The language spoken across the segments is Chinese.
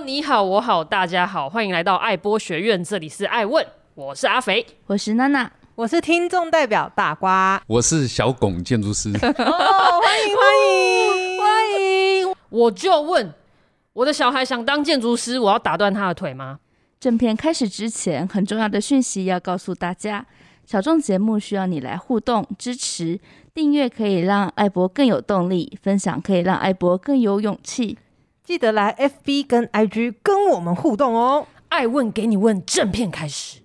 你好，我好，大家好，欢迎来到爱播学院，这里是爱问，我是阿肥， 我是娜娜， 我是听众代表大瓜， 我是小龚建筑师。 欢迎！ 我就问，我的小孩想当建筑师，我要打断他的腿吗？ 正片开始之前，很重要的讯息要告诉大家，小众节目需要你来互动支持，订阅可以让爱播更有动力，分享可以让爱播更有勇气。 记得来 FB 跟 IG 跟我们互动哦。 爱问给你问，正片开始。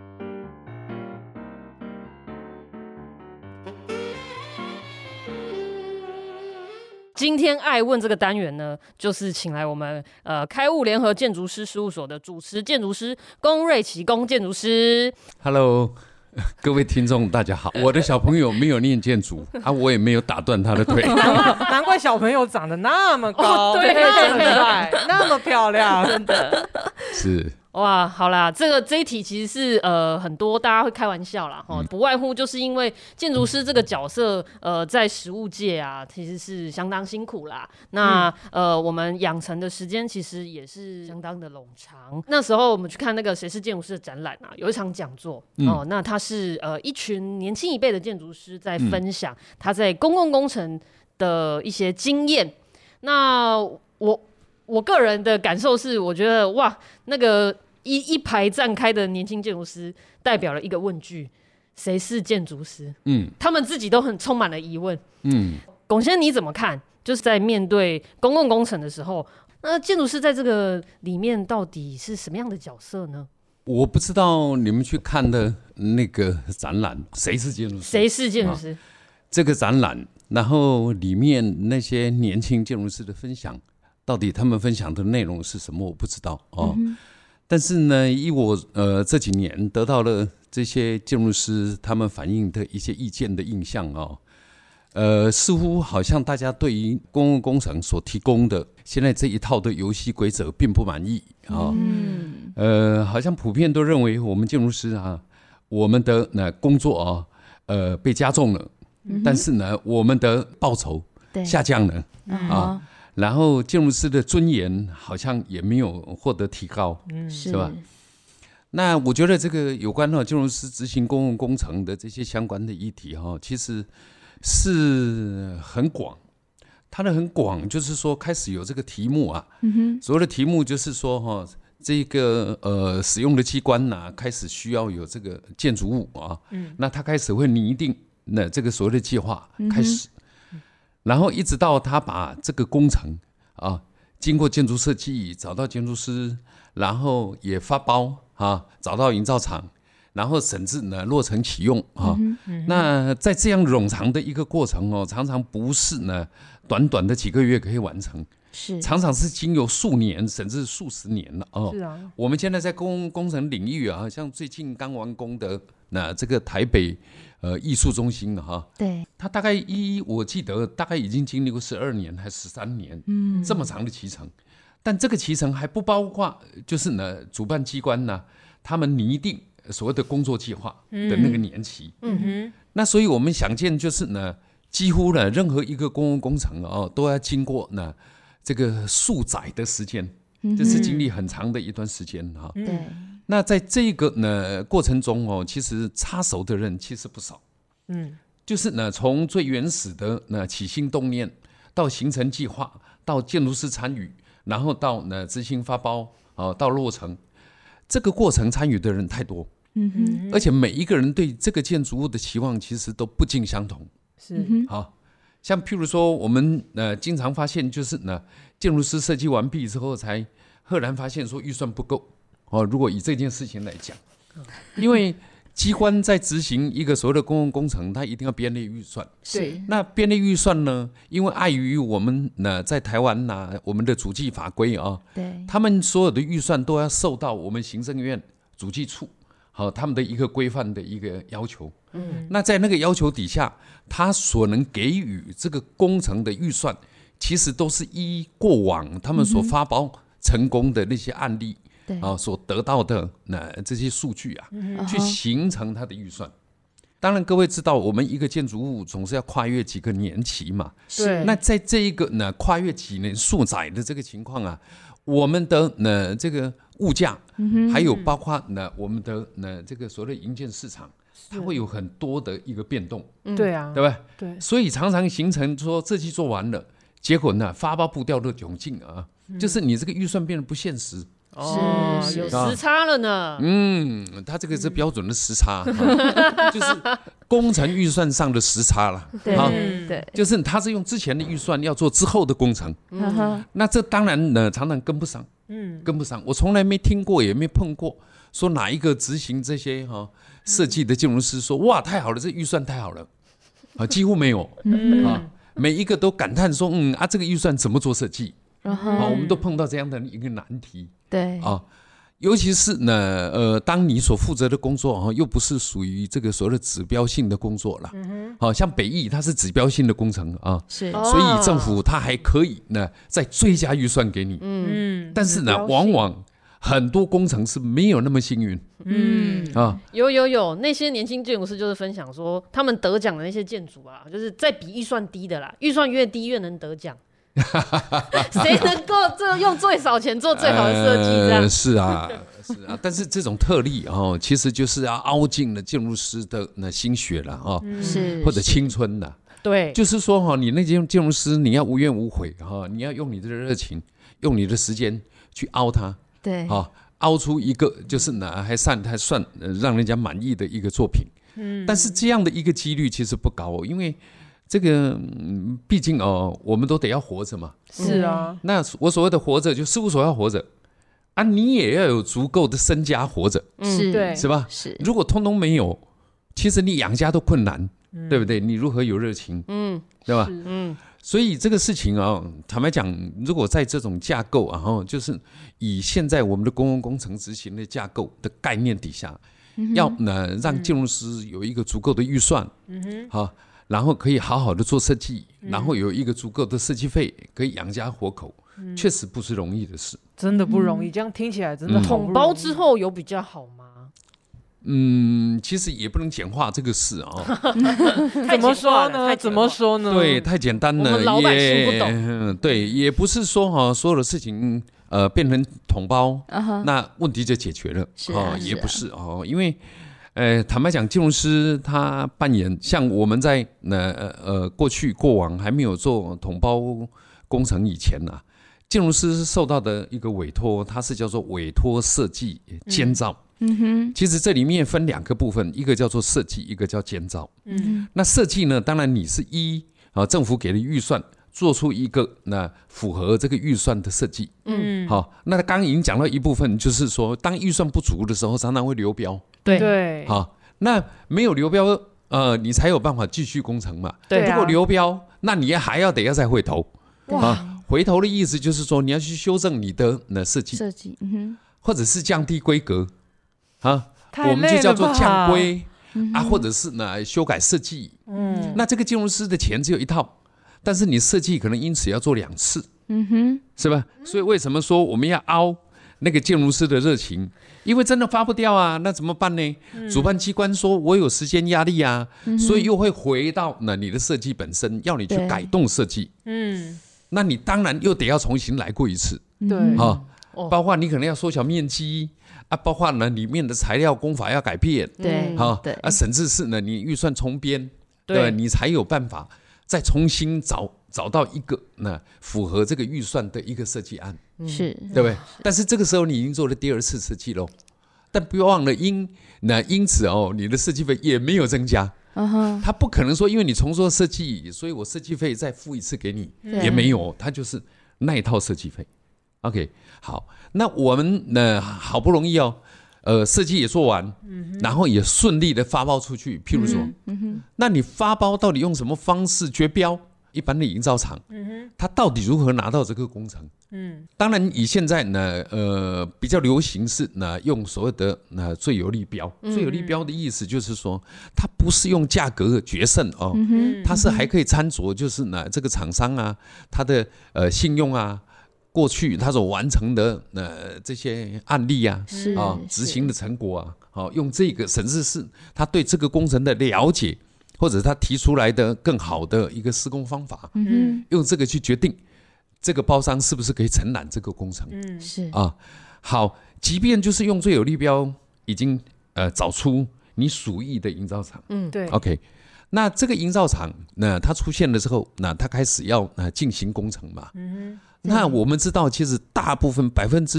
今天爱问这个单元呢，就是请来我们开物联合建筑师事务所的主持建筑师龚瑞奇龚建筑师。 Hello， 各位听众大家好。我的小朋友没有念建筑啊，我也没有打断他的腿。 难怪小朋友长得那么高， 对， 那么可爱，那么漂亮， 真的是。 哇，好啦，这一题其实是很多大家会开玩笑啦，不外乎就是因为建筑师这个角色在实务界啊，其实是相当辛苦啦。那我们养成的时间其实也是相当的冗长。那时候我们去看那个谁是建筑师的展览啊，有一场讲座那他是一群年轻一辈的建筑师在分享他在公共工程的一些经验。那我个人的感受是，我觉得哇，那个一排站开的年轻建筑师代表了一个问句：谁是建筑师？他们自己都很充满了疑问。龚先生你怎么看？就是在面对公共工程的时候，那建筑师在这个里面到底是什么样的角色呢？ 我不知道你们去看的那个展览，谁是建筑师？ 谁是建筑师？ 这个展览，然后里面那些年轻建筑师的分享，到底他们分享的内容是什么？我不知道哦。但是呢，以我这几年得到了这些建筑师他们反映的一些意见的印象哦，似乎好像大家对于公共工程所提供的现在这一套的游戏规则并不满意啊。好像普遍都认为我们建筑师啊，我们的工作啊，被加重了，但是呢，我们的报酬下降了啊。然后建筑师的尊严好像也没有获得提高，是吧？那我觉得这个有关建筑师执行公共工程的这些相关的议题其实是很广。它的很广就是说开始有这个题目啊，所谓的题目就是说这个使用的机关开始需要有这个建筑物啊，那它开始会拟定那这个所谓的计划开始。然后一直到他把这个工程经过建筑设计找到建筑师，然后也发包找到营造厂，然后甚至呢落成启用那在这样冗长的一个过程常常不是呢短短的几个月可以完成，常常是经由数年甚至数十年了是啊， 我们现在在公共工程领域像最近刚完工的这个台北艺术中心对， 它大概我记得大概已经经历过12年还是13年，这么长的期程，但这个期程还不包括就是呢主办机关他们拟定所谓的工作计划的那个年期，那所以我们想见就是呢，几乎呢任何一个公共工程都要经过呢这个数载的时间，这是经历很长的一段时间对。 那在这个呢过程中其实插手的人其实不少，就是呢从最原始的起心动念到形成计划，到建筑师参与，然后到呢执行发包到落成，这个过程参与的人太多，而且每一个人对这个建筑物的期望其实都不尽相同，像譬如说我们经常发现就是呢建筑师设计完毕之后才赫然发现说预算不够。如果以这件事情来讲，因为机关在执行一个所谓的公共工程，它一定要编列预算。 是。 那编列预算呢，因为碍于我们在台湾我们的主计法规对， 他们所有的预算都要受到我们行政院主计处他们的一个规范的一个要求。那在那个要求底下，他所能给予这个工程的预算，其实都是依过往他们所发包成功的那些案例。所得到的这些数据去形成它的预算。当然，各位知道，我们一个建筑物总是要跨越几个年期嘛。 对。 那在这一个跨越几年数载的这个情况我们的这个物价，还有包括我们的这个所谓的营建市场，它会有很多的一个变动， 对啊， 对吧？ 对， 所以常常形成说这期做完了，结果呢发包步调的窘境啊，就是你这个预算变得不现实。 是有时差了呢。 它这个是标准的时差，就是工程预算上的时差了。 对， 就是它是用之前的预算要做之后的工程，那这当然呢常常跟不上，跟不上。我从来没听过，也没碰过，说哪一个执行这些设计的建筑师说哇太好了，这预算太好了啊，几乎没有啊，每一个都感叹说这个预算怎么做设计？我们都碰到这样的一个难题。 对啊，尤其是呢，当你所负责的工作又不是属于这个所谓的指标性的工作了，像北艺它是指标性的工程啊， 是， 所以政府它还可以呢再追加预算给你，但是呢，往往很多工程是没有那么幸运， 有那些年轻建筑师就是分享说，他们得奖的那些建筑啊，就是在比预算低的啦，预算越低越能得奖。谁能够用最少钱做最好的设计？这样是啊，但是这种特例其实就是要凹进了建筑师的心血了是或者青春了。 对， 就是说你那些建筑师，你要无怨无悔你要用你的热情，用你的时间去凹它， 对， 凹出一个就是还算让人家满意的一个作品。但是这样的一个几率其实不高因为。这个毕竟我们都得要活着嘛。 是啊。 那我所谓的活着，就事务所要活着啊，你也要有足够的身家活着， 对， 是吧？ 是。 如果通通没有，其实你养家都困难，对不对？你如何有热情？对吧？所以这个事情坦白讲，如果在这种架构就是以现在我们的公共工程执行的架构的概念底下，要让建筑师有一个足够的预算，然后可以好好的做设计，然后有一个足够的设计费，可以养家活口，确实不是容易的事， 真的不容易。这样听起来真的统包之后有比较好吗？ 其实也不能简化这个事怎么说呢？怎么说呢？ 对，太简单了， 我们老百姓不懂。 对，也不是说所有的事情变成统包，那问题就解决了也不是因为。坦白讲，建筑师他扮演像我们在过往还没有做统包工程以前建筑师受到的一个委托，它是叫做委托设计监造。其实这里面分两个部分，一个叫做设计，一个叫监造。那设计呢，当然你是政府给的预算。做出一个符合这个预算的设计，那刚刚已经讲到一部分，就是说当预算不足的时候，常常会流标， 对， 那没有流标，你才有办法继续工程嘛， 对， 如果流标，那你还要再回头，回头的意思就是说你要去修正你的设计，或者是降低规格，我们就叫做降规或者是修改设计，那这个建筑师的钱只有一套。但是你设计可能因此要做2次，是吧？所以为什么说我们要凹那个建筑师的热情？因为真的发不掉那怎么办呢？主办机关说我有时间压力所以又会回到你的设计本身，要你去改动设计，那你当然又得要重新来过一次， 对， 包括你可能要缩小面积包括里面的材料工法要改变， 对， 甚至是你预算重编，对，你才有办法。再重新找到一个符合这个预算的一个设计案， 是， 对不对？但是这个时候你已经做了第2次设计喽，但不要忘了因此你的设计费也没有增加，他不可能说因为你重做设计，所以我设计费再付1次给你，也没有，他就是那一套设计费。OK， 好，那我们好不容易设计也做完，然后也顺利的发包出去。譬如说，那你发包到底用什么方式绝标？一般的营造厂，他到底如何拿到这个工程？当然以现在比较流行是用所谓的最有利标。最有利标的意思就是说，它不是用价格决胜它是还可以参酌，就是这个厂商它的信用过去他所完成的这些案例执行的成果用这个甚至是他对这个工程的了解，或者他提出来的更好的一个施工方法，用这个去决定这个包商是不是可以承揽这个工程？ 是啊，好，即便就是用最有利标已经找出你属意的营造厂， 对 ，OK， 那这个营造厂那它出现了之后，那它开始要进行工程嘛，那我们知道，其实大部分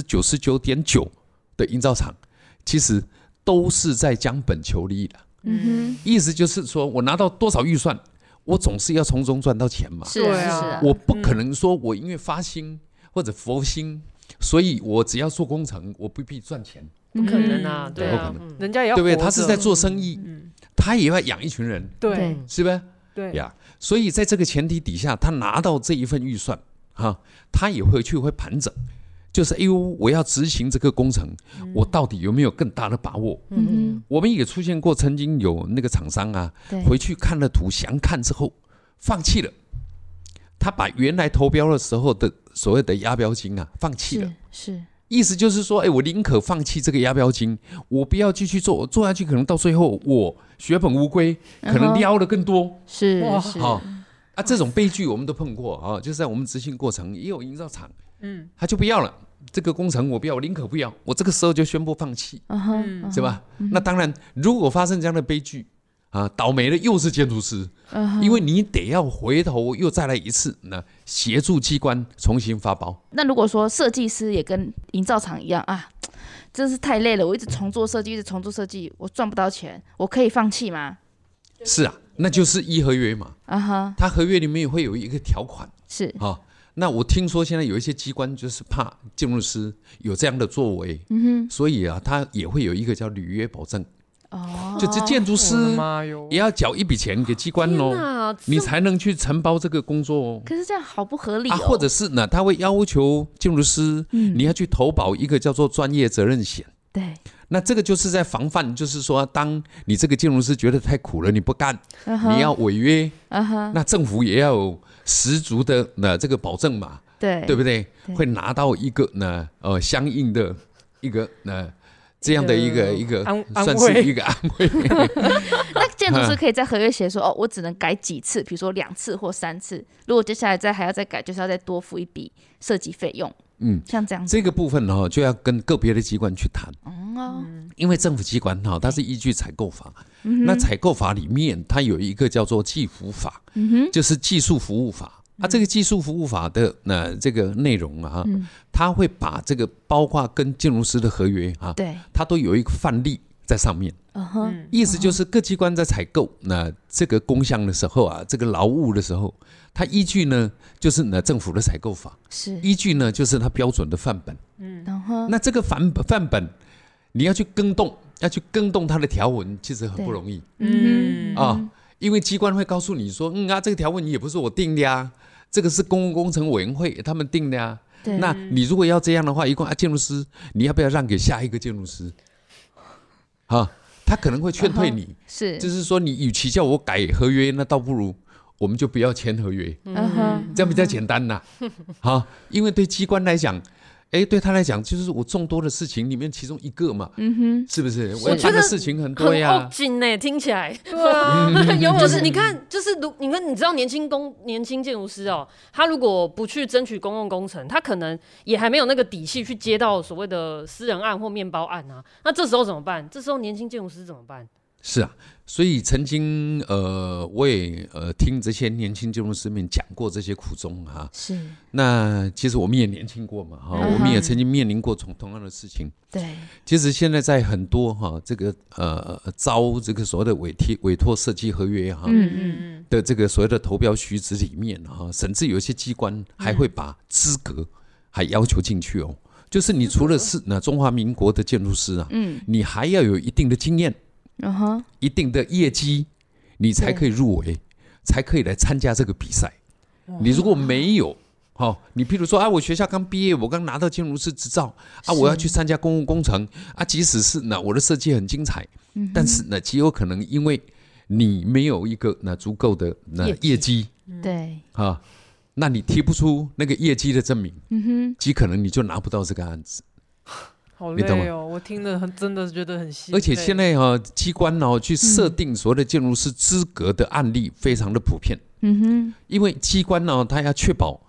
99.9%的营造厂，其实都是在将本求利的，意思就是说我拿到多少预算，我总是要从中赚到钱嘛， 是对啊是啊， 我不可能说我因为发心或者佛心，所以我只要做工程，我不必赚钱， 不可能啊，对啊不可， 人家也要对不对？ 活着他是在做生意，他也要养一群人， 对是不是？ 对呀，所以在这个前提底下，他拿到这一份预算，哈，他也会盘整，就是哎呦，我要执行这个工程，我到底有没有更大的把握？我们也出现过，曾经有那个厂商啊，回去看了图，详看之后放弃了，他把原来投标的时候的所谓的押标金啊放弃了， 是意思就是说，哎，我宁可放弃这个押标金，我不要继续做，我做下去可能到最后我血本无归，可能撩的更多。 是哇是， 好啊，这种悲剧我们都碰过啊，就是在我们执行过程也有营造厂，他就不要了。这个工程我不要，我宁可不要，我这个时候就宣布放弃，是吧？那当然，如果发生这样的悲剧啊，倒霉的又是建筑师，因为你得要回头又再来一次，那协助机关重新发包。 那如果说设计师也跟营造厂一样啊，真是太累了，我一直重做设计，一直重做设计，我赚不到钱，我可以放弃吗？ 是啊，那就是依合约嘛。他合约里面也会有一个条款， 是啊。那我听说现在有一些机关就是怕建筑师有这样的作为，所以啊，他也会有一个叫履约保证。就这建筑师也要缴一笔钱给机关哦，你才能去承包这个工作哦。 可是这样好不合理哦。 或者是呢，他会要求建筑师，你要去投保一个叫做专业责任险。 对， 那这个就是在防范，就是说，当你这个建筑师觉得太苦了，你不干，你要违约，那政府也要有十足的这个保证嘛，对不对？会拿到一个相应的一个这样的一个算是一个安慰。 那建筑师可以在合约写说，我只能改几次，比如说2次或3次，如果接下来还要再改，就是要再多付一笔设计费用。像这样子， 这个部分就要跟个别的机关去谈。因为政府机关它是依据采购法，那采购法里面它有一个叫做技服法，就是技术服务法。这个技术服务法的这个内容啊，它会把这个包括跟建筑师的合约啊，它都有一个范例在上面。意思就是各机关在采购这个工项的时候啊，这个劳务的时候，它依据呢就是政府的采购法，依据呢就是它标准的范本。那这个范本你要去更动它的条文，其实很不容易。因为机关会告诉你说，这个条文也不是我定的呀，这个是公共工程委员会他们定的呀。那你如果要这样的话，一共建筑师你要不要让给下一个建筑师？他可能会劝退你，就是说你与其叫我改合约，那倒不如我们就不要签合约，这样比较简单呐。因为对机关来讲，对他来讲就是我众多的事情里面其中一个嘛，是不是？我要办的事情很多呀， 很紧呢，听起来。 对啊， 就是你看，就是你知道年轻建筑师他如果不去争取公共工程，他可能也还没有那个底气去接到所谓的私人案或面包案啊。那这时候怎么办？这时候年轻建筑师怎么办？ 是啊，所以曾经我也听这些年轻建筑师们讲过这些苦衷哈。 是。 那其实我们也年轻过嘛，我们也曾经面临过同样的事情。 对。 其实现在在很多这个招这个所谓的委托设计合约的这个所谓的投标须知里面甚至有一些机关还会把资格还要求进去哦。就是你除了是中华民国的建筑师啊，你还要有一定的经验。一定的业绩，你才可以入围，才可以来参加这个比赛。你如果没有，你譬如说我学校刚毕业，我刚拿到建筑师执照我要去参加公共工程即使是我的设计很精彩，但是极有可能因为你没有一个足够的业绩， 对那你提不出那个业绩的证明，极可能你就拿不到这个案子。 好累哦，我听了真的觉得很心累。 而且现在机关去设定所谓的建筑师资格的案例非常的普遍。因为机关它要确保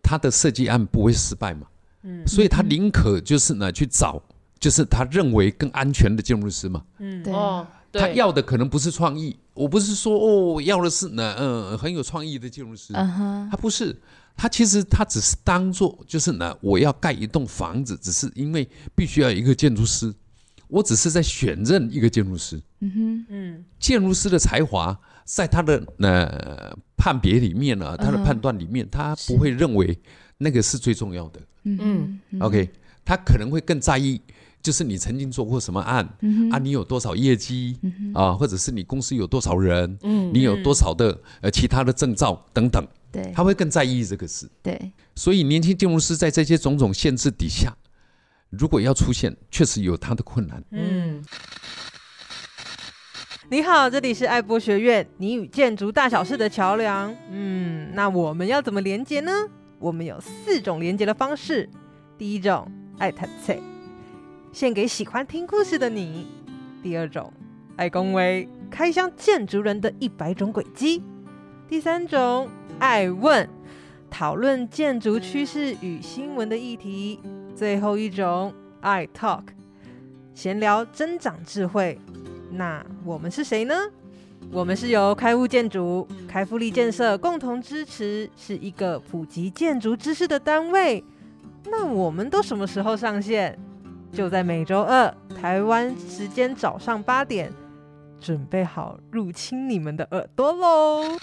他的设计案不会失败嘛，所以他宁可就是呢去找就是他认为更安全的建筑师嘛， 对， 他要的可能不是创意，我不是说要的是呢很有创意的建筑师，他不是，他其实他只是当做就是呢我要盖一栋房子，只是因为必须要有一个建筑师，我只是在选任一个建筑师，建筑师的才华在他的判别里面呢，他的判断里面，他不会认为那个是最重要的。OK， 他可能会更在意，就是你曾经做过什么案，你有多少业绩，或者是你公司有多少人，你有多少的其他的证照等等， 对， 他会更在意这个事。 对， 所以年轻建筑师在这些种种限制底下，如果要出现，确实有他的困难。 你好，这里是爱博学院，你与建筑大小事的桥梁。那我们要怎么连接呢？我们有4种连接的方式。第一种，爱谈菜，献给喜欢听故事的你。第二种，爱恭维，开箱建筑人的100种轨迹。第三种，爱问，讨论建筑趋势与新闻的议题。最后一种，爱 talk， 闲聊增长智慧。那我们是谁呢？我们是由开物建筑、开复力建设共同支持，是一个普及建筑知识的单位。那我们都什么时候上线？就在每周2台湾时间早上8点，准备好入侵你们的耳朵咯。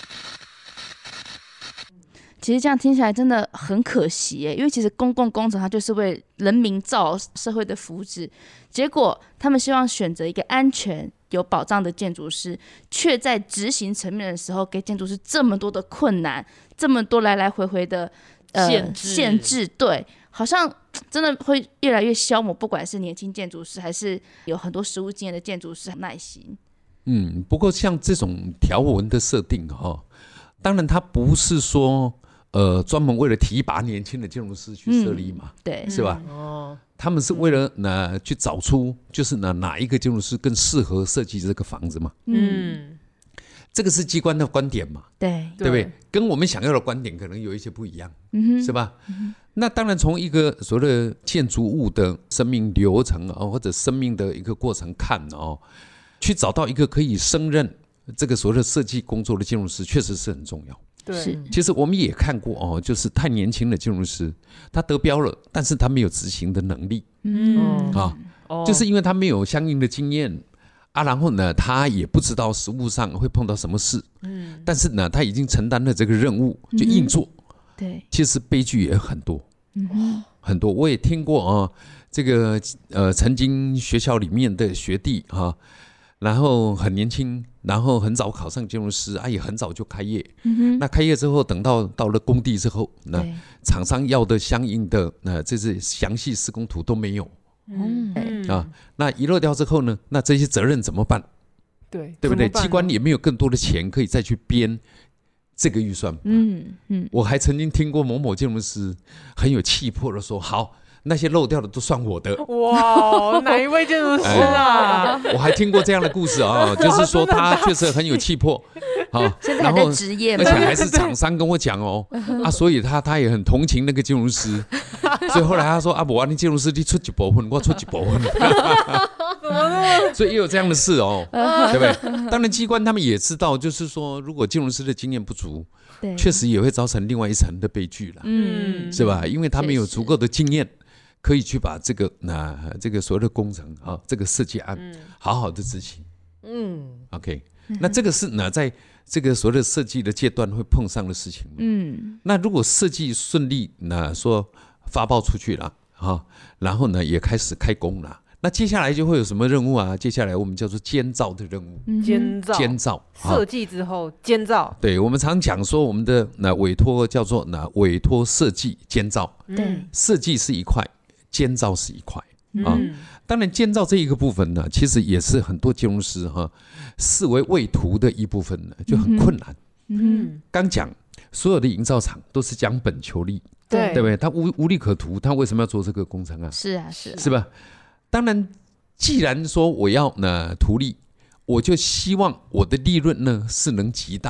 其实这样听起来真的很可惜耶，因为其实公共工程它就是为人民造社会的福祉，结果他们希望选择一个安全有保障的建筑师，却在执行层面的时候给建筑师这么多的困难，这么多来来回回的限制，对，好像真的会越来越消磨，不管是年轻建筑师还是有很多实务经验的建筑师耐心。 不过像这种条文的设定当然它不是说专门为了提拔年轻的建筑师去设立嘛， 对， 是吧？他们是为了去找出就是哪一个建筑师更适合设计这个房子嘛。这个是机关的观点嘛， 对不对？跟我们想要的观点可能有一些不一样，是吧？那当然从一个所谓的建筑物的生命流程或者生命的一个过程看去找到一个可以胜任这个所谓的设计工作的建筑师，确实是很重要。 对， 其实我们也看过就是太年轻的建筑师，他得标了，但是他没有执行的能力，就是因为他没有相应的经验然后呢，他也不知道实务上会碰到什么事，但是呢，他已经承担了这个任务，就硬做， 对， 其实悲剧也很多，很多，我也听过这个曾经学校里面的学弟然后很年轻，然后很早考上建筑师也很早就开业。那开业之后，等到了工地之后，那厂商要的相应的这是详细施工图都没有。那遗漏掉之后呢，那这些责任怎么办？ 对不对？机关也没有更多的钱可以再去编这个预算。我还曾经听过某某建筑师很有气魄的说：“好。”那些漏掉的都算我的。 哇，哪一位建筑师啊？ 我还听过这样的故事就是说他确实很有气魄现在还在职业吗？ 而且还是厂商跟我讲所以他也很同情那个建筑师，所以后来他说我那建筑师你出一部分，我出一部分，所以也有这样的事对不对？当然机关他们也知道，就是说如果建筑师的经验不足，确实也会造成另外一层的悲剧了，是吧？因为他没有足够的经验。可以去把这个这个所谓的工程这个设计案好好的执行。OK， 那这个是在这个所谓的设计的阶段会碰上的事情。那如果设计顺利，说发包出去了然后呢也开始开工了，那接下来就会有什么任务接下来我们叫做监造的任务。监造设计之后监造。 对，我们常讲说我们的委托叫做委托设计监造。 对， 设计是一块。监造是一块当然监造这一个部分呢，其实也是很多建筑师视为绘图的一部分呢，就很困难。刚讲所有的营造厂都是讲本求利，对不对？他无利可图，他为什么要做这个工程啊？ 是吧？当然，既然说我要图利，我就希望我的利润呢是能极大化。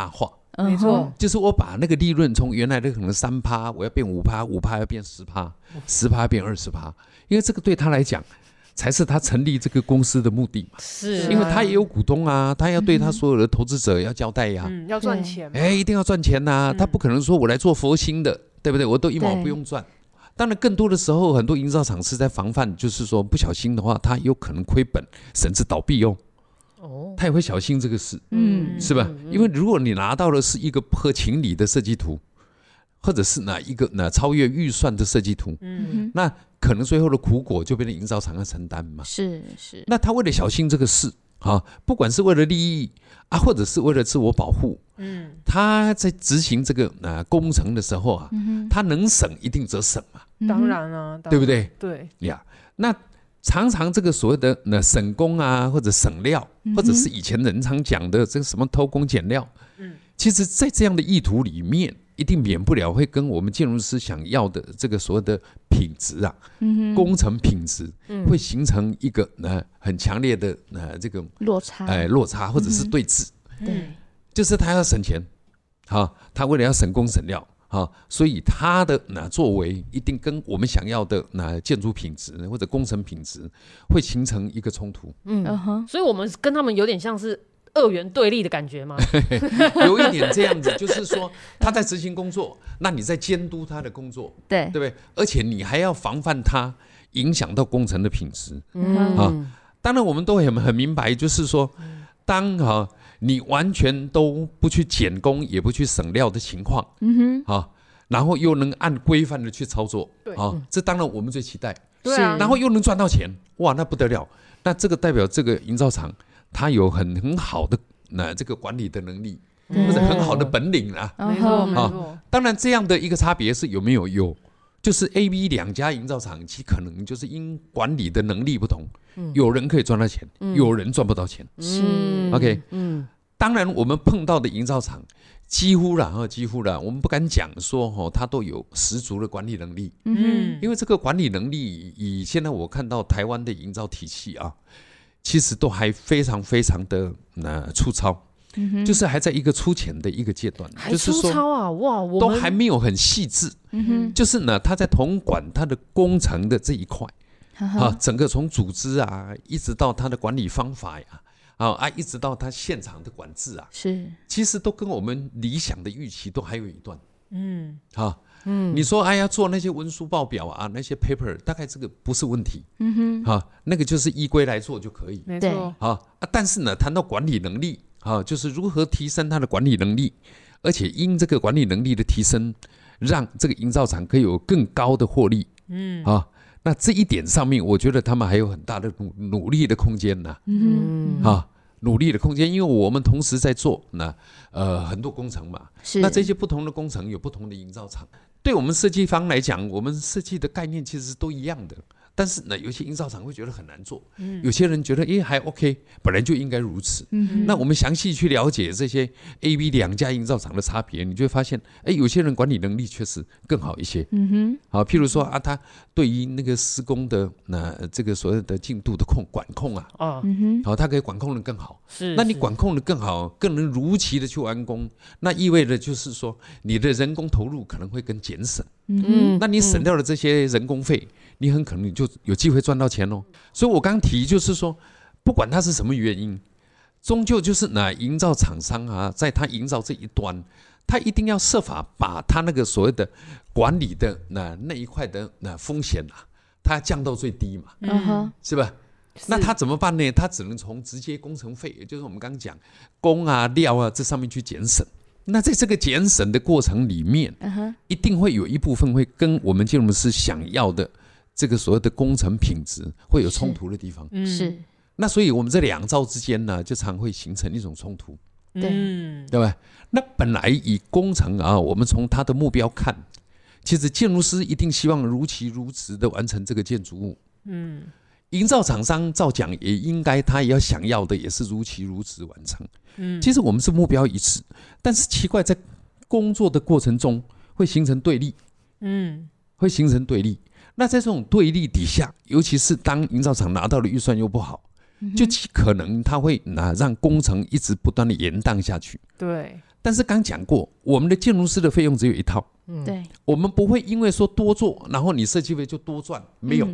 没错， 就是我把那个利润从原来的可能3%，我要变5%，5%要变10%，10%要变20%，因为这个对他来讲才是他成立这个公司的目的嘛。 是因为他也有股东啊，他要对他所有的投资者要交代呀， 要赚钱嘛， 一定要赚钱呐，他不可能说我来做佛心的，对不对？我都一毛不用赚。当然，更多的时候，很多营造厂是在防范，就是说不小心的话，他有可能亏本，甚至倒闭哦。他也会小心这个事，是吧？因为如果你拿到的是一个不合情理的设计图，或者是哪一个超越预算的设计图，那可能最后的苦果就变成营造厂要承担嘛。 是。 那他为了小心这个事啊，不管是为了利益啊，或者是为了自我保护，他在执行这个工程的时候啊，他能省一定则省嘛。 当然啊， 对不对？ 对呀，那常常这个所谓的省工啊，或者省料，或者是以前人常讲的这个什么偷工减料，其实在这样的意图里面，一定免不了会跟我们建筑师想要的这个所谓的品质啊，工程品质会形成一个很强烈的这个落差， 或者是对峙， 对， 就是他要省钱，他为了要省工省料。所以他的作为一定跟我们想要的建筑品质或者工程品质会形成一个冲突。 所以我们跟他们有点像是二元对立的感觉吗？ 有一点这样子，就是说他在执行工作，那你在监督他的工作，对不对？而且你还要防范他影响到工程的品质。当然我们都很明白，就是说当你完全都不去减工，也不去省料的情况，然后又能按规范的去操作，这当然我们最期待。 对啊， 然后又能赚到钱，哇，那不得了！那这个代表这个营造厂它有很好的这个管理的能力，或者很好的本领啊。 没错。 当然这样的一个差别是有没有？有，就是 A、B 两家营造厂，其可能就是因管理的能力不同，有人可以赚到钱，有人赚不到钱。OK， 当然我们碰到的营造厂几乎了，我们不敢讲说他都有十足的管理能力。因为这个管理能力，以现在我看到台湾的营造体系啊，其实都还非常非常的粗糙。就是还在一个粗浅的一个阶段， 还粗糙啊！哇，我们都还没有很细致。就是他在统管他的工程的这一块，整个从组织啊，一直到他的管理方法呀，一直到他现场的管制啊，其实都跟我们理想的预期都还有一段。你说要做那些文书报表啊，那些 paper， 大概这个不是问题。那个就是依规来做就可以。 没错。 但是谈到管理能力。就是如何提升他的管理能力，而且因这个管理能力的提升，让这个营造厂可以有更高的获利。那这一点上面，我觉得他们还有很大的努力的空间呐。努力的空间，因为我们同时在做很多工程嘛。那这些不同的工程有不同的营造厂，对我们设计方来讲，我们设计的概念其实都一样的。但是有些营造厂会觉得很难做，有些人觉得还 OK， 本来就应该如此。那我们详细去了解这些 A、B 两家营造厂的差别，你就会发现，有些人管理能力确实更好一些。譬如说他对于那个施工的这个所谓的进度的管控啊，他可以管控的更好。那你管控的更好，更能如期的去完工，那意味着就是说，你的人工投入可能会更减省。那你省掉了这些人工费，你很可能你就有机会赚到钱哦。所以我刚提就是说，不管它是什么原因，终究就是营造厂商啊，在他营造这一端，他一定要设法把他那个所谓的管理的那一块的风险啊，他降到最低嘛，是吧？那他怎么办呢？他只能从直接工程费，也就是我们刚刚讲工啊、料啊这上面去减省。那在这个减省的过程里面，一定会有一部分会跟我们建筑师想要的这个所谓的工程品质会有冲突的地方。那所以我们这两造之间呢，就常会形成一种冲突。对吧？那本来以工程啊，我们从他的目标看，其实建筑师一定希望如期如职的完成这个建筑物。营造厂商照讲也应该，他也要想要的也是如期如职完成。其实我们是目标一致，但是奇怪，在工作的过程中会形成对立。会形成对立。那在这种对立底下，尤其是当营造厂拿到的预算又不好，就可能他会让工程一直不断的延宕下去。 对。 但是刚讲过，我们的建筑师的费用只有一套， 对， 我们不会因为说多做，然后你设计费就多赚，没有。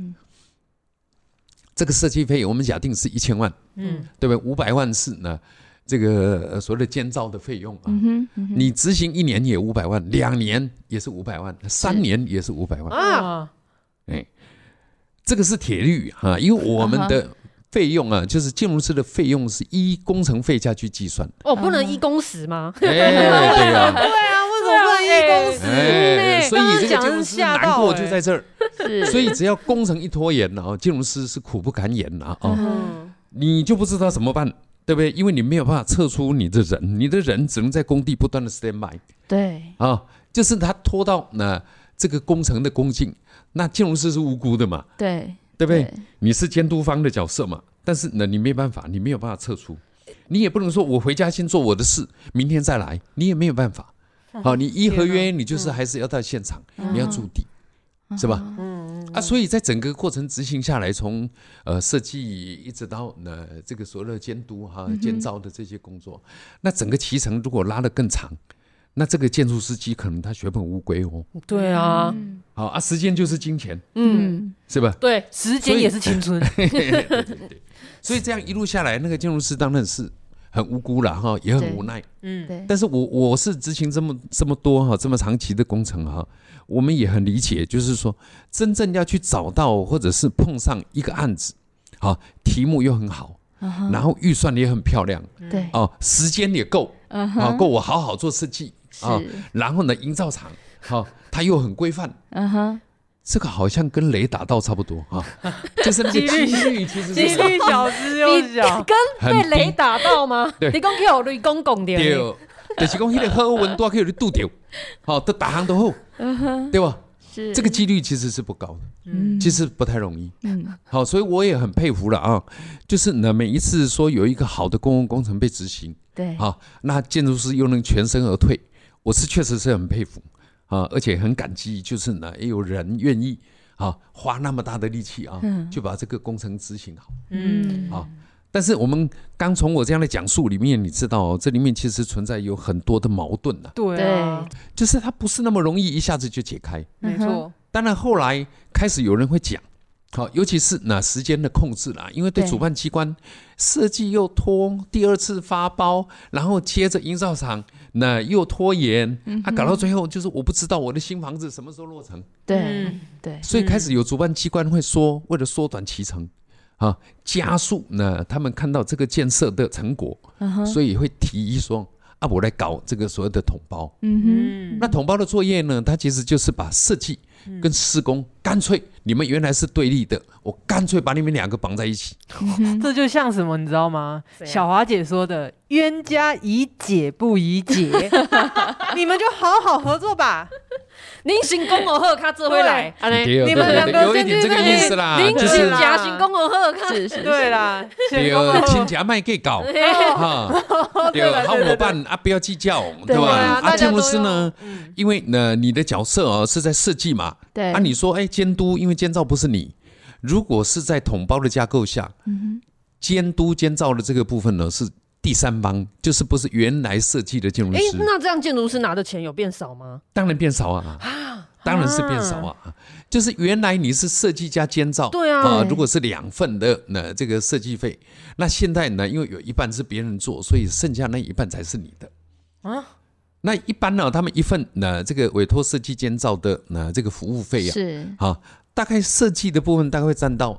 这个设计费我们假定是1000万，对不对？500万是呢这个所谓的监造的费用啊，你执行1年也500万，2年也是500万，3年也是500万啊。 这个是铁律哈，因为我们的费用啊，就是建筑师的费用是依工程费价去计算。 不能依工时吗？ 对呀， 对啊，为什么不能依工时？ 所以这个建筑师难过就在这儿。 是， 所以只要工程一拖延啊，建筑师是苦不堪言啊，你就不知道怎么办，对不对？因为你没有办法测出你的人只能在工地不断的 stand by。 对啊，就是他拖到这个工程的工进，那建筑师是无辜的嘛， 对不对？你是监督方的角色嘛，但是呢，你没办法，你没有办法测出，你也不能说我回家先做我的事，明天再来，你也没有办法。好，你依合约，你就是还是要到现场，你要驻地，是吧？所以在整个过程执行下来，从设计一直到这个所谓的监督监造的这些工作，那整个期程如果拉得更长，那这个建筑司机可能他血本无归哦。 对啊， 好时间就是金钱，是吧？ 对，时间也是青春。 对，所以这样一路下来，那个建筑师当然是很无辜了哈，也很无奈。 对。 但是我是执行这么多这么长期的工程哈，我们也很理解，就是说真正要去找到或者是碰上一个案子，题目又很好，然后预算也很漂亮， 对， 时间也够，够我好好做设计然后呢，营造厂它又很规范，这个好像跟雷打到差不多就是那个几率其实几率小之又小， 跟被雷打到吗？ 对， 你讲去有雷公讲掉， 对，就是讲那个好温度可以有堵掉，都打行都好，对吧？ 是这个几率其实是不高的，其实不太容易。好，所以我也很佩服了就是呢，每一次说有一个好的公共工程被执行， 对， 那建筑师又能全身而退，我是确实是很佩服而且很感激，就是呢，也有人愿意花那么大的力气就把这个工程执行好。但是我们刚从我这样的讲述里面，你知道这里面其实存在有很多的矛盾对啊， 就是它不是那么容易一下子就解开。 没错。 当然后来开始有人会讲，尤其是时间的控制啦，因为对主办机关设计又拖，第2次发包，然后接着营造厂又拖延，搞到最后就是我不知道我的新房子什么时候落成。 对， 所以开始有主办机关会说，为了缩短期程加速他们看到这个建设的成果，所以会提议说我来搞这个所谓的统包。那统包的作业呢，它其实就是把设计跟施工干脆你们原来是对立的，我干脆把你们2个绑在一起。 这就像什么你知道吗？小华姐说的冤家宜解不宜结你们就好好合作吧。 您行公我贺，他这回来， 你们2个有一点这个意思啦， 您就是假行公我贺， 是对啦， 亲家卖给搞对，好伙伴不要计较，对吧？建筑师呢，因为你的角色是在设计嘛， 对你说监督，因为监造不是你，如果是在统包的架构下，监督监造的这个部分呢是第三方，就是不是原来设计的建筑师。 那这样建筑师拿的钱有变少吗？ 当然变少当然是变少就是原来你是设计加监造， 对啊， 如果是2份的这个设计费，那现在呢，因为有一半是别人做，所以剩下那一半才是你的那一般呢，他们一份这个委托设计监造的这个服务费是大概设计的部分大概会占到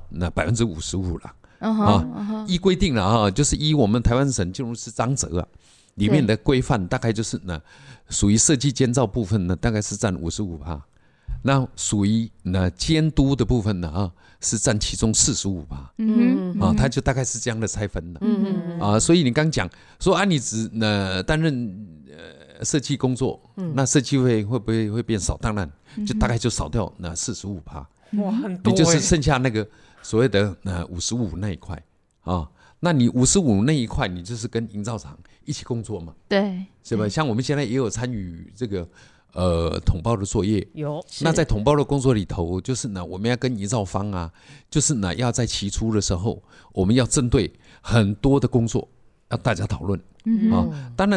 55%了。依规定了就是依我们台湾省建筑师章则里面的规范，大概就是属于设计监造部分呢，大概是占55%，那属于监督的部分呢是占其中45%。它就大概是这样的拆分的。所以你刚讲说你只担任设计工作，那设计费会不会变少？当然，就大概就少掉45%。 哇，很多， 你就是剩下那个所谓的55那一块那你55那一块，你就是跟营造厂一起工作嘛， 对， 是吧？像我们现在也有参与这个统包的作业， 有。 那在统包的工作里头，就是我们要跟营造方就是要在起初的时候，我们要针对很多的工作要大家讨论当然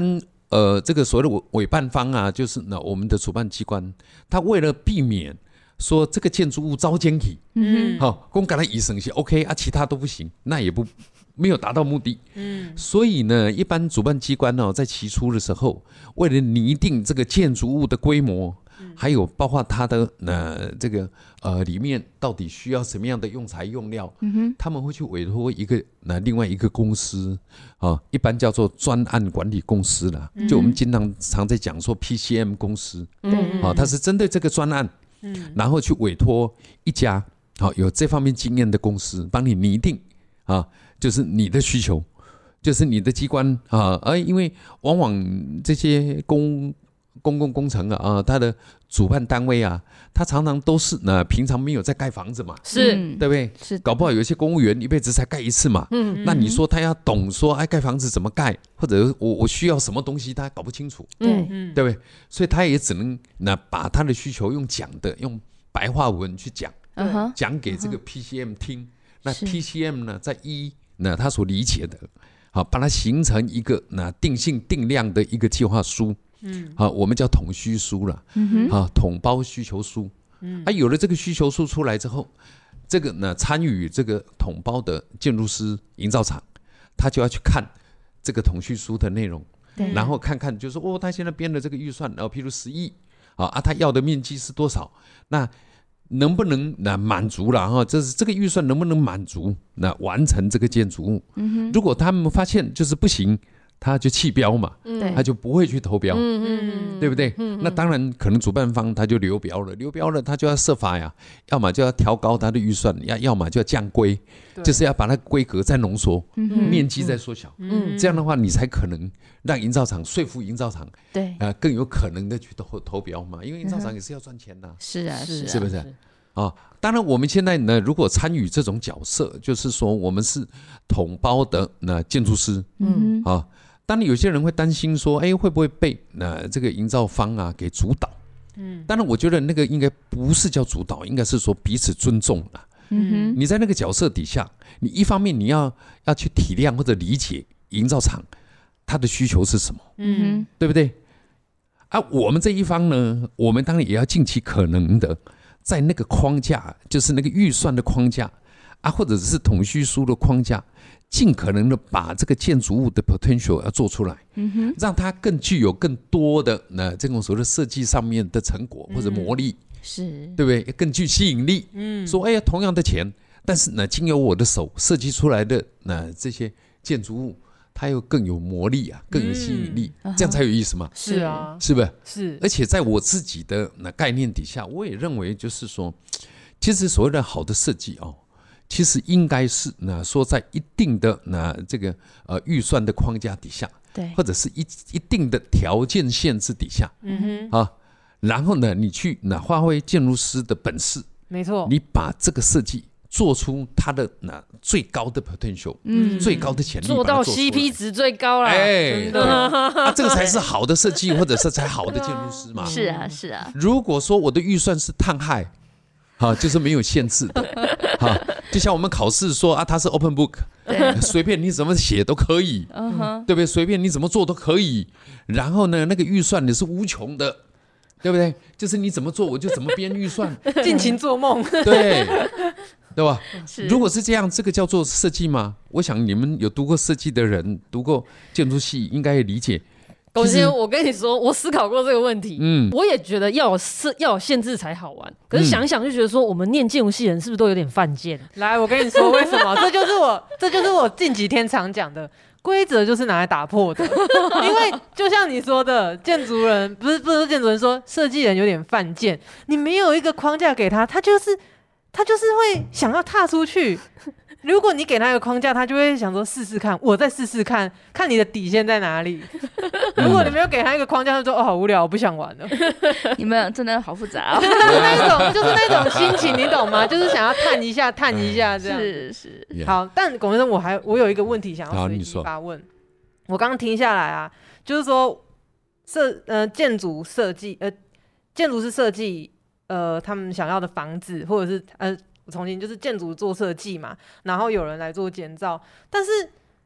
这个所谓的委办方啊，就是我们的主办机关，他为了避免说这个建筑物遭奸体，好，公给他移省是 OK 啊，其他都不行，那也没有达到目的。所以呢，一般主办机关呢，在起初的时候，为了拟定这个建筑物的规模，还有包括它的这个里面到底需要什么样的用材用料，他们会去委托另外一个公司一般叫做专案管理公司啦，就我们经常在讲说 PCM 公司，它是针对这个专案，然后去委托一家有这方面经验的公司帮你拟定就是你的需求，就是你的机关因为往往这些公共工程它的主办单位他常常都是平常没有在盖房子嘛， 是对不对？ 是， 搞不好有一些公务员一辈子才盖一次嘛，那你说他要懂说盖房子怎么盖，或者我需要什么东西，他搞不清楚， 对不对？所以他也只能把他的需求用讲的，用白话文去讲给这个 PCM 听。那 PCM 呢，在他所理解的，把它形成一个定性定量的一个计划书，我们叫统需书了，统包需求书。有了这个需求书出来之后，这个参与这个统包的建筑师、营造厂，他就要去看这个统需书的内容，然后看看就是说他现在编的这个预算，譬如10亿他要的面积是多少？那能不能满足了这个预算能不能满足完成这个建筑物？如果他们发现就是不行，他就弃标嘛，他就不会去投标，对不对？那当然可能主办方他就流标了，他就要设法呀，要么就要调高他的预算，要么就要降规，就是要把它规格再浓缩，面积再缩小，这样的话你才可能让营造厂说服营造厂， 对， 更有可能的去投标嘛，因为营造厂也是要赚钱的， 是啊， 是不是？当然我们现在呢，如果参与这种角色，就是说我们是统包的建筑师，当然有些人会担心说，会不会被这个营造方给主导？当然我觉得那个应该不是叫主导，应该是说彼此尊重了。你在那个角色底下，你一方面你要去体谅或者理解营造厂他的需求是什么，对不对？我们这一方呢，我们当然也要尽其可能的，在那个框架，就是那个预算的框架或者是统需书的框架，尽可能的把这个建筑物的 potential 要做出来，让它更具有更多的这种所谓的设计上面的成果或者魔力， 是， 对不对？更具吸引力。说同样的钱，但是经由我的手设计出来的这些建筑物，它又更有魔力更有吸引力，这样才有意思嘛。 是啊， 是不是？ 是。 而且在我自己的概念底下，我也认为就是说，其实所谓的好的设计其实应该是说在一定的这个预算的框架底下， 对， 或者是一定的条件限制底下，然后你去发挥建筑师的本事， 没错， 你把这个设计做出它的最高的 potential，最高的潜力， 做到 CP 值最高啦，真的， 这个才是好的设计，或者是才好的建筑师嘛。 是啊，是啊。 如果说我的预算是碳害，就是没有限制的，就像我们考试说它是 open book， 随便你怎么写都可以，对不对？随便你怎么做都可以。然后呢，那个预算你是无穷的，对不对？就是你怎么做我就怎么编预算， 尽情做梦， 对吧？如果是这样，这个叫做设计吗？我想你们有读过设计的人，读过建筑系，应该也理解。 龚先生，我跟你说，我思考过这个问题，我也觉得要有限制才好玩。可是想想就觉得说，我们念建筑系人是不是都有点犯贱？ 来，我跟你说为什么？这就是我近几天常讲的。规则就是拿来打破的，因为就像你说的，建筑人不是建筑人说设计人有点犯贱，你没有一个框架给他，他就是会想要踏出去。如果你给他一个框架，他就会想说试试看，我再试试看，看你的底线在哪里。如果你没有给他一个框架，他就说好无聊，我不想玩了。 你们真的好复杂哦， 就是那种心情，你懂吗？就是想要探一下这样。 是。 好，但龚先生，我有一个问题想要随机发问。我刚刚听下来就是说建筑师设计他们想要的房子，或者是重新就是建筑做设计嘛，然后有人来做建造，但是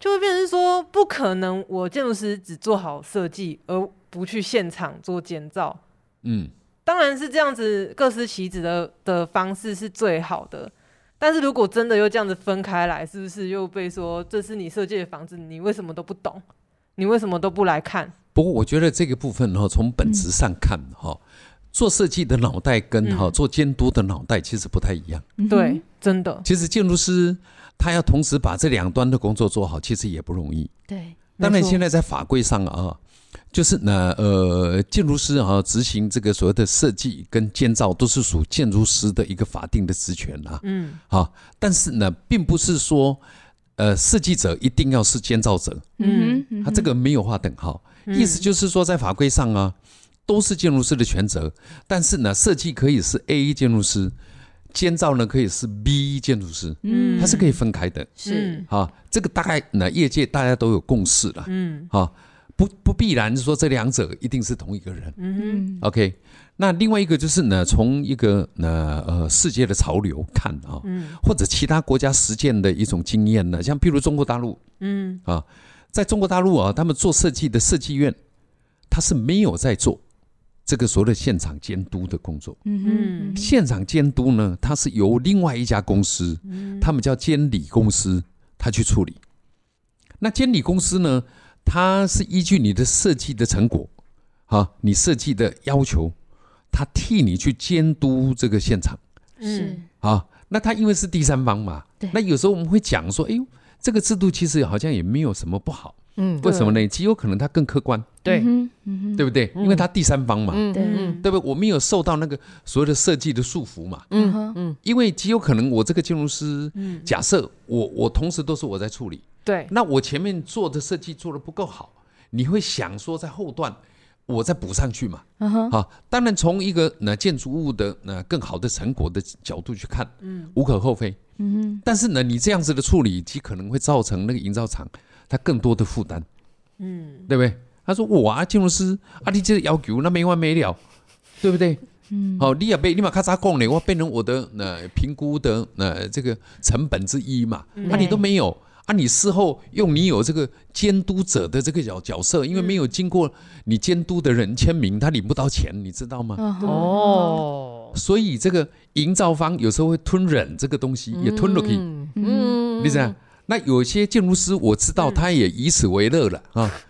就会变成说，不可能我建筑师只做好设计，而不去现场做监造。当然是这样子各司其职的方式是最好的。但是如果真的又这样子分开来，是不是又被说这是你设计的房子，你为什么都不懂？你为什么都不来看？ 不过我觉得这个部分从本质上看做设计的脑袋跟做监督的脑袋其实不太一样。 对，真的。 其实建筑师他要同时把这两端的工作做好，其实也不容易。 对， 当然现在在法规上就是呢建筑师执行这个所谓的设计跟监造都是属建筑师的一个法定的职权但是呢并不是说设计者一定要是监造者，他这个没有划等号。意思就是说在法规上都是建筑师的权责，但是呢设计可以是 A 建筑师，监造呢可以是 B 建筑师，它是可以分开的。 是这个大概呢业界大家都有共识了。不必然说这两者一定是同一个人。OK， 那另外一个就是呢，从一个世界的潮流看或者其他国家实践的一种经验呢，像譬如中国大陆，在中国大陆他们做设计的设计院，他是没有在做这个所谓的现场监督的工作。现场监督呢，它是由另外一家公司，他们叫监理公司，他去处理。那监理公司呢，它是依据你的设计的成果你设计的要求，他替你去监督这个现场。 是那他因为是第三方嘛，那有时候我们会讲说，哎呦，这个制度其实好像也没有什么不好。为什么呢？极有可能它更客观。 对， 对不对？因为它第三方嘛， 对不对？我没有受到那个所谓的设计的束缚嘛。因为极有可能我这个建筑师，假设我同时都是我在处理， 对， 那我前面做的设计做得不够好，你会想说在后段我再补上去嘛。当然从一个建筑物的更好的成果的角度去看，无可厚非。但是呢，你这样子的处理极可能会造成那个营造厂它更多的负担。对不对？他说我建筑师你这个要求那没完没了，对不对？你也被你嘛咔嚓讲呢，我变成我的评估的这个成本之一嘛。你都没有你事后用你有这个监督者的这个角色，因为没有经过你监督的人签名，他领不到钱，你知道吗？所以这个营造方有时候会吞忍这个东西，也吞了去。你知道？那有些建筑师我知道他也以此为乐了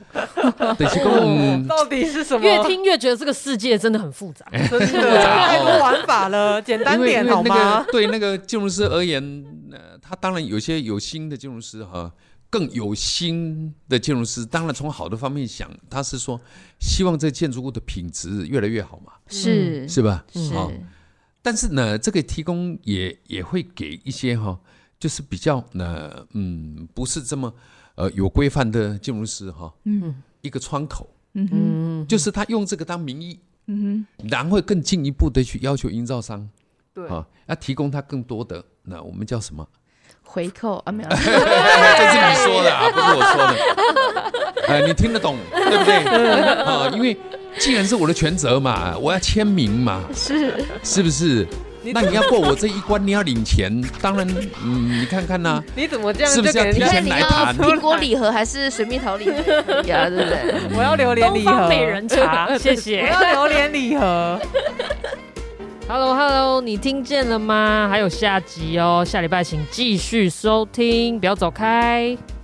到底是什么？ 越听越觉得这个世界真的很复杂， 真的太多玩法了，简单点好吗？ 对那个建筑师而言，他当然有些有心的建筑师更有心的建筑师，当然从好的方面想，他是说希望这建筑物的品质越来越好嘛，是吧？但是呢，这个提供也会给一些就是比较不是这么有规范的建筑师一个窗口，就是他用这个当名义，然后会更进一步的去要求营造商， 对要提供他更多的我们叫什么回扣没有， 这是你说的不是我说的，你听得懂对不对？因为既然是我的权责嘛，我要签名嘛，是不是？那你要过我这一关，你要领钱，当然，你看看呐， 你怎么这样是不是要提前来谈？ 苹果礼盒还是水蜜桃礼盒呀？对不对？ 我要榴莲礼盒， 东方美人茶，谢谢。 我要榴莲礼盒。 Hello， 你听见了吗？还有下集哦，下礼拜请继续收听，不要走开。